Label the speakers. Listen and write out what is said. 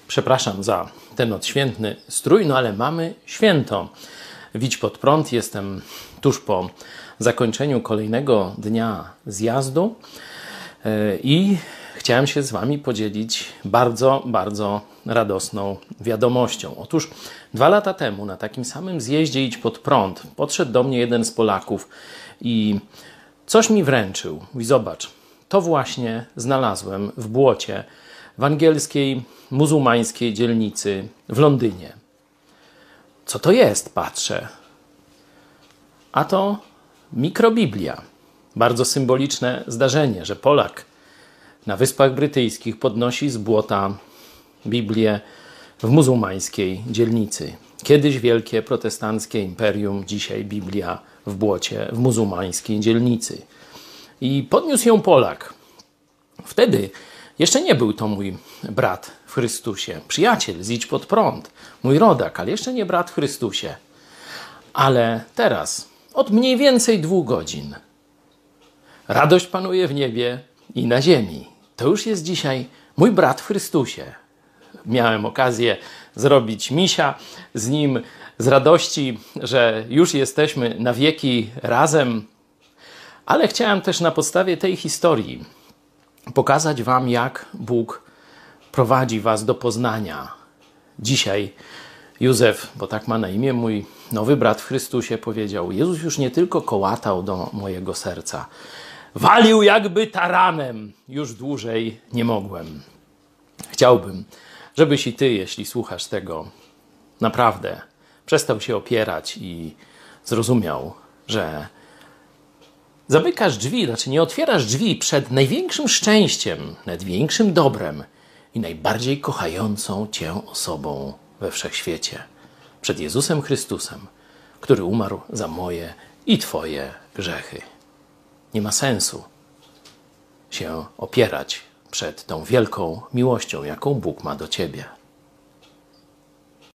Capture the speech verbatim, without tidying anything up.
Speaker 1: Przepraszam za ten odświętny strój, no ale mamy święto. Widź pod prąd, jestem tuż po zakończeniu kolejnego dnia zjazdu i chciałem się z Wami podzielić bardzo, bardzo radosną wiadomością. Otóż dwa lata temu na takim samym zjeździe Idź pod prąd podszedł do mnie jeden z Polaków i coś mi wręczył. Mówi, zobacz, to właśnie znalazłem w błocie w angielskiej, muzułmańskiej dzielnicy w Londynie. Co to jest? Patrzę. A to mikrobiblia. Bardzo symboliczne zdarzenie, że Polak na Wyspach Brytyjskich podnosi z błota Biblię w muzułmańskiej dzielnicy. Kiedyś wielkie protestanckie imperium, dzisiaj Biblia w błocie w muzułmańskiej dzielnicy. I podniósł ją Polak. Wtedy jeszcze nie był to mój brat w Chrystusie, przyjaciel z Idź pod prąd, mój rodak, ale jeszcze nie brat w Chrystusie. Ale teraz, od mniej więcej dwóch godzin, radość panuje w niebie i na ziemi. To już jest dzisiaj mój brat w Chrystusie. Miałem okazję zrobić misia z nim z radości, że już jesteśmy na wieki razem, ale chciałem też na podstawie tej historii pokazać Wam, jak Bóg prowadzi Was do poznania. Dzisiaj Józef, bo tak ma na imię mój nowy brat w Chrystusie, powiedział: Jezus już nie tylko kołatał do mojego serca, walił jakby taranem, już dłużej nie mogłem. Chciałbym, żebyś i Ty, jeśli słuchasz tego, naprawdę przestał się opierać i zrozumiał, że zamykasz drzwi, znaczy nie otwierasz drzwi przed największym szczęściem, największym dobrem i najbardziej kochającą Cię osobą we wszechświecie. Przed Jezusem Chrystusem, który umarł za moje i Twoje grzechy. Nie ma sensu się opierać przed tą wielką miłością, jaką Bóg ma do Ciebie.